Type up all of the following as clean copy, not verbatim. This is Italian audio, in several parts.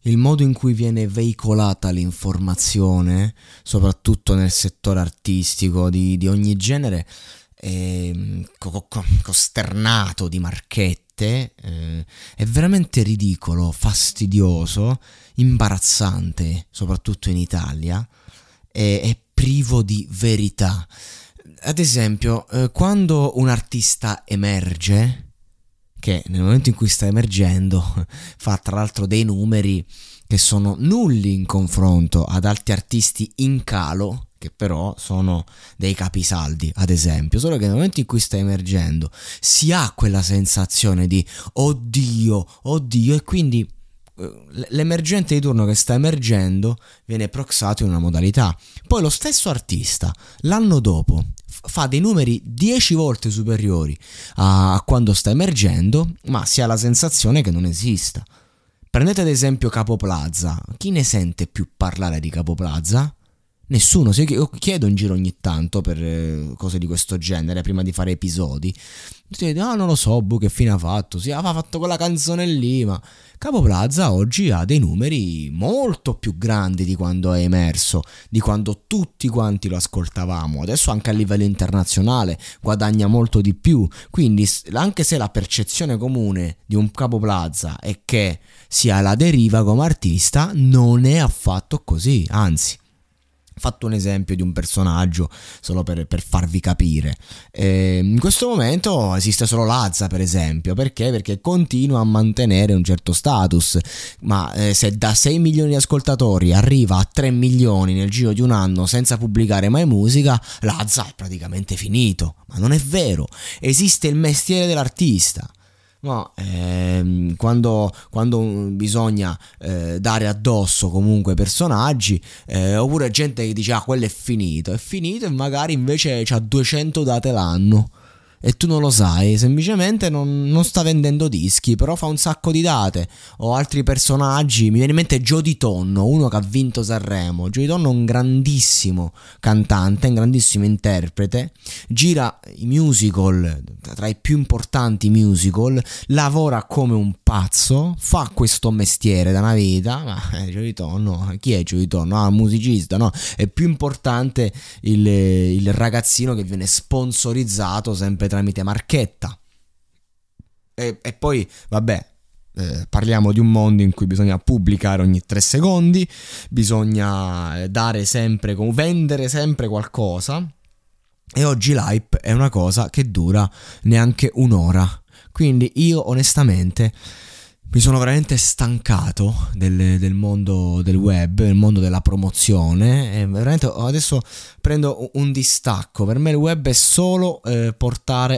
il modo in cui viene veicolata l'informazione, soprattutto nel settore artistico di ogni genere, è costernato di marchette, è veramente ridicolo, fastidioso, imbarazzante, soprattutto in Italia, è privo di verità. Ad esempio, quando un artista emerge, che nel momento in cui sta emergendo fa tra l'altro dei numeri che sono nulli in confronto ad altri artisti in calo, che però sono dei capisaldi, ad esempio, solo che nel momento in cui sta emergendo si ha quella sensazione di oddio, oddio, e quindi l'emergente di turno che sta emergendo viene proxato in una modalità. Poi lo stesso artista l'anno dopo fa dei numeri 10 volte superiori a quando sta emergendo, ma si ha la sensazione che non esista. Prendete ad esempio Capo Plaza. Chi ne sente più parlare di Capo Plaza? Nessuno. Se io chiedo in giro ogni tanto per cose di questo genere, prima di fare episodi, tutti dicono: non lo so, che fine ha fatto? Sì, aveva fatto quella canzone lì, ma Capo Plaza oggi ha dei numeri molto più grandi di quando è emerso, di quando tutti quanti lo ascoltavamo. Adesso anche a livello internazionale guadagna molto di più, quindi anche se la percezione comune di un Capo Plaza è che sia alla deriva come artista, non è affatto così, anzi. Fatto un esempio di un personaggio solo per farvi capire. In questo momento esiste solo Lazza, per esempio. Perché continua a mantenere un certo status, ma se da 6 milioni di ascoltatori arriva a 3 milioni nel giro di un anno senza pubblicare mai musica, Lazza è praticamente finito. Ma non è vero, esiste il mestiere dell'artista. No, quando bisogna dare addosso comunque personaggi, oppure gente che dice quello è finito e magari invece c'ha 200 date l'anno e tu non lo sai, semplicemente non sta vendendo dischi, però fa un sacco di date. O altri personaggi, mi viene in mente Jody Tonno, uno che ha vinto Sanremo. Jody Tonno è un grandissimo cantante, un grandissimo interprete, gira i musical, tra i più importanti musical, lavora come un pazzo, fa questo mestiere da una vita, ma Jody Tonno, chi è Jody Tonno? Ah, musicista, no, è più importante il ragazzino che viene sponsorizzato sempre tramite marchetta. E poi, vabbè, parliamo di un mondo in cui bisogna pubblicare ogni 3 secondi, bisogna dare sempre, vendere sempre qualcosa, e oggi l'hype è una cosa che dura neanche un'ora. Quindi io onestamente mi sono veramente stancato del mondo del web, del mondo della promozione, e veramente adesso prendo un distacco. Per me il web è solo avere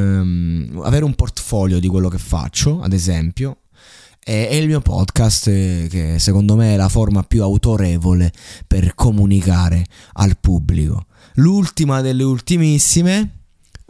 un portfolio di quello che faccio, ad esempio, e il mio podcast, che secondo me è la forma più autorevole per comunicare al pubblico. L'ultima delle ultimissime,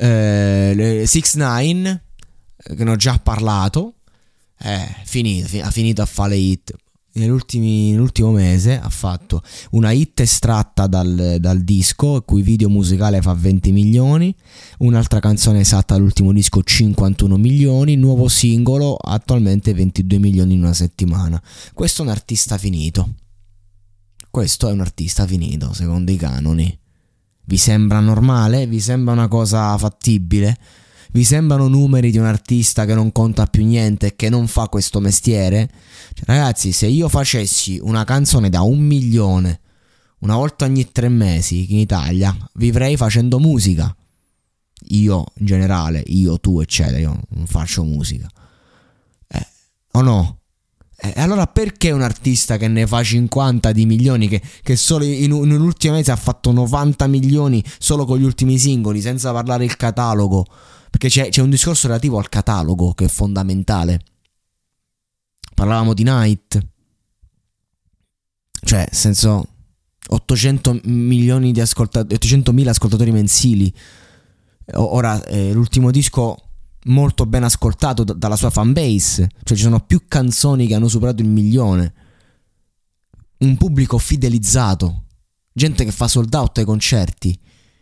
6ix9ine, che ne ho già parlato. Ha finito a fare le hit. Nell'ultimo mese ha fatto una hit estratta dal disco, il cui video musicale fa 20 milioni, un'altra canzone esatta all'ultimo disco 51 milioni, nuovo singolo attualmente 22 milioni in una settimana. Questo è un artista finito. Questo è un artista finito, secondo i canoni. Vi sembra normale? Vi sembra una cosa fattibile? Vi sembrano numeri di un artista che non conta più niente e che non fa questo mestiere? Cioè, ragazzi, se io facessi una canzone da 1 milione una volta ogni 3 mesi in Italia, vivrei facendo musica. Io, in generale, tu, eccetera, io non faccio musica. O no? Allora perché un artista che ne fa 50 di milioni, che solo in un ultimo mese ha fatto 90 milioni solo con gli ultimi singoli, senza parlare il catalogo? Perché c'è un discorso relativo al catalogo che è fondamentale. Parlavamo di Night, cioè, nel senso, 800 milioni di 800.000 ascoltatori mensili. Ora, l'ultimo disco molto ben ascoltato dalla sua fanbase, cioè ci sono più canzoni che hanno superato il 1 milione. Un pubblico fidelizzato, gente che fa sold out ai concerti.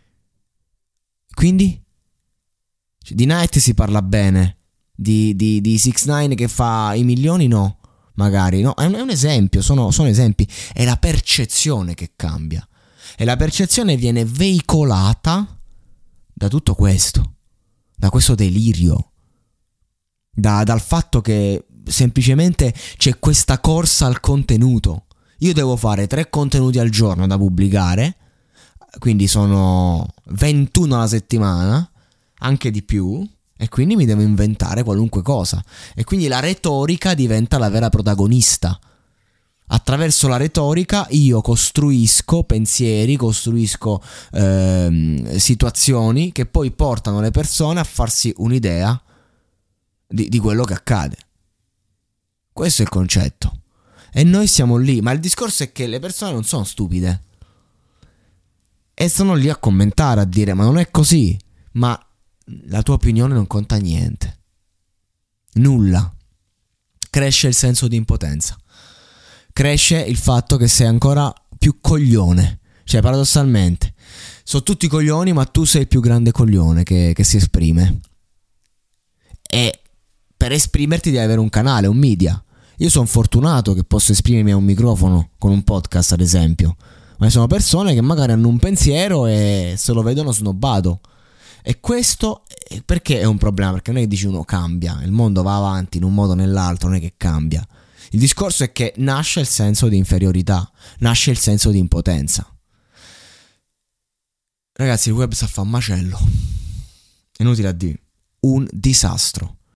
Quindi di Night si parla bene, di 6ix9ine che fa i milioni no, magari, no? È un esempio, sono esempi. È la percezione che cambia. E la percezione viene veicolata da tutto questo, da questo delirio, dal fatto che semplicemente c'è questa corsa al contenuto. Io devo fare 3 contenuti al giorno da pubblicare, quindi sono 21 alla settimana, anche di più, e quindi mi devo inventare qualunque cosa. E quindi la retorica diventa la vera protagonista. Attraverso la retorica io costruisco pensieri, costruisco situazioni che poi portano le persone a farsi un'idea di quello che accade. Questo è il concetto. E noi siamo lì, ma il discorso è che le persone non sono stupide e sono lì a commentare, a dire ma non è così, ma la tua opinione non conta niente, nulla. Cresce il senso di impotenza, cresce il fatto che sei ancora più coglione, cioè paradossalmente sono tutti coglioni ma tu sei il più grande coglione che si esprime. E per esprimerti devi avere un canale, un media. Io sono fortunato che posso esprimermi a un microfono con un podcast, ad esempio, ma ci sono persone che magari hanno un pensiero e se lo vedono snobbato. E questo perché è un problema? Perché non è che dici uno cambia, il mondo va avanti in un modo o nell'altro, non è che cambia. Il discorso è che nasce il senso di inferiorità, nasce il senso di impotenza. Ragazzi, il web sta a fare un macello, è inutile a dire, un disastro.